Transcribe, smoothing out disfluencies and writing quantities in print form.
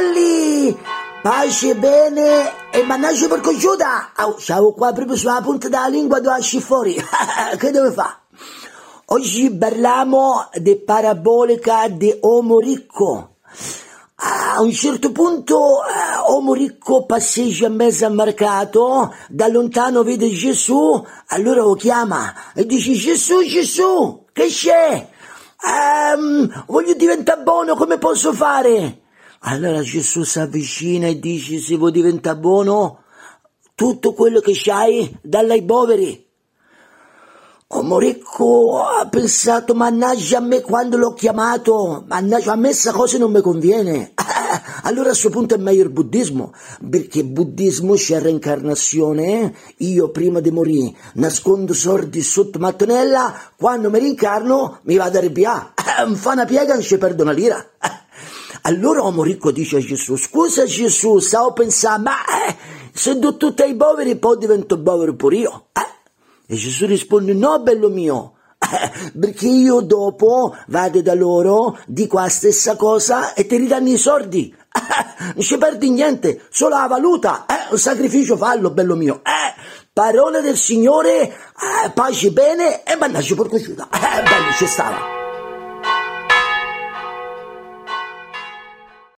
fratelli, pace bene e mannaggia per cosciuta. Stavo qua proprio sulla punta della lingua, dove esci fuori. Che dove fa? Oggi parliamo di parabolica di uomo ricco. A un certo punto uomo ricco passeggia in mezzo al mercato, da lontano vede Gesù, allora lo chiama e dice: Gesù, Gesù, che c'è? Voglio diventare buono, come posso fare? Allora Gesù si avvicina e dice: se vuoi diventare buono, tutto quello che c'hai dalla ai poveri. Uomo ricco ha pensato: mannaggia a me quando l'ho chiamato, mannaggia a me sta cosa non mi conviene. Allora a questo punto è meglio il buddismo, perché il buddismo c'è reincarnazione. Io prima di morire nascondo sordi sotto mattonella, quando mi rincarno mi vado a arrabbiare, mi fa una piega e non ci perdo una lira. Allora uomo ricco dice a Gesù: scusa Gesù, stavo pensando, ma se do tutti ai poveri poi divento povero pure io. E Gesù risponde: no, bello mio, perché io dopo vado da loro, dico la stessa cosa e ti ridanno i soldi. Non ci perdi niente, solo la valuta, un sacrificio fallo, bello mio. Parole del Signore, pace bene e mannaggia porco ciuda. Bello, ci stava.